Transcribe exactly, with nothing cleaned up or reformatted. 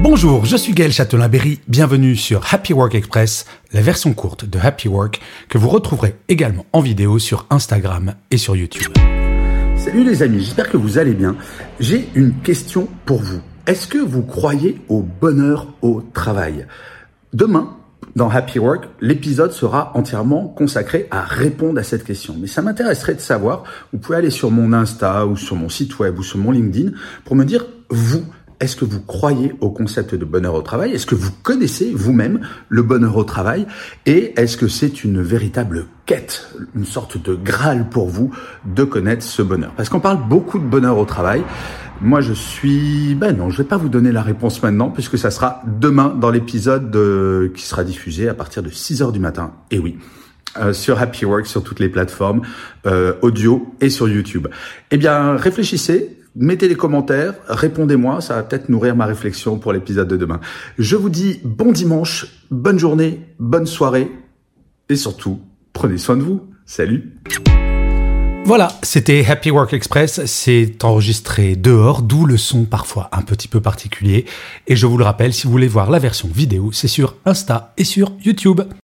Bonjour, je suis Gaël Châtelain-Berry, bienvenue sur Happy Work Express, la version courte de Happy Work que vous retrouverez également en vidéo sur Instagram et sur YouTube. Salut les amis, j'espère que vous allez bien. J'ai une question pour vous. Est-ce que vous croyez au bonheur au travail ? Demain, dans Happy Work, l'épisode sera entièrement consacré à répondre à cette question. Mais ça m'intéresserait de savoir, vous pouvez aller sur mon Insta ou sur mon site web ou sur mon LinkedIn pour me dire, vous, est-ce que vous croyez au concept de bonheur au travail ? Est-ce que vous connaissez vous-même le bonheur au travail ? Et est-ce que c'est une véritable quête, une sorte de graal pour vous de connaître ce bonheur ? Parce qu'on parle beaucoup de bonheur au travail. Moi, je suis... Ben non, je vais pas vous donner la réponse maintenant puisque ça sera demain dans l'épisode de... qui sera diffusé à partir de six heures du matin. Et oui, euh, sur Happy Work, sur toutes les plateformes euh, audio et sur YouTube. Eh bien, réfléchissez. Mettez les commentaires, répondez-moi, ça va peut-être nourrir ma réflexion pour l'épisode de demain. Je vous dis bon dimanche, bonne journée, bonne soirée et surtout, prenez soin de vous. Salut. Voilà, c'était Happy Work Express, c'est enregistré dehors, d'où le son parfois un petit peu particulier. Et je vous le rappelle, si vous voulez voir la version vidéo, c'est sur Insta et sur YouTube.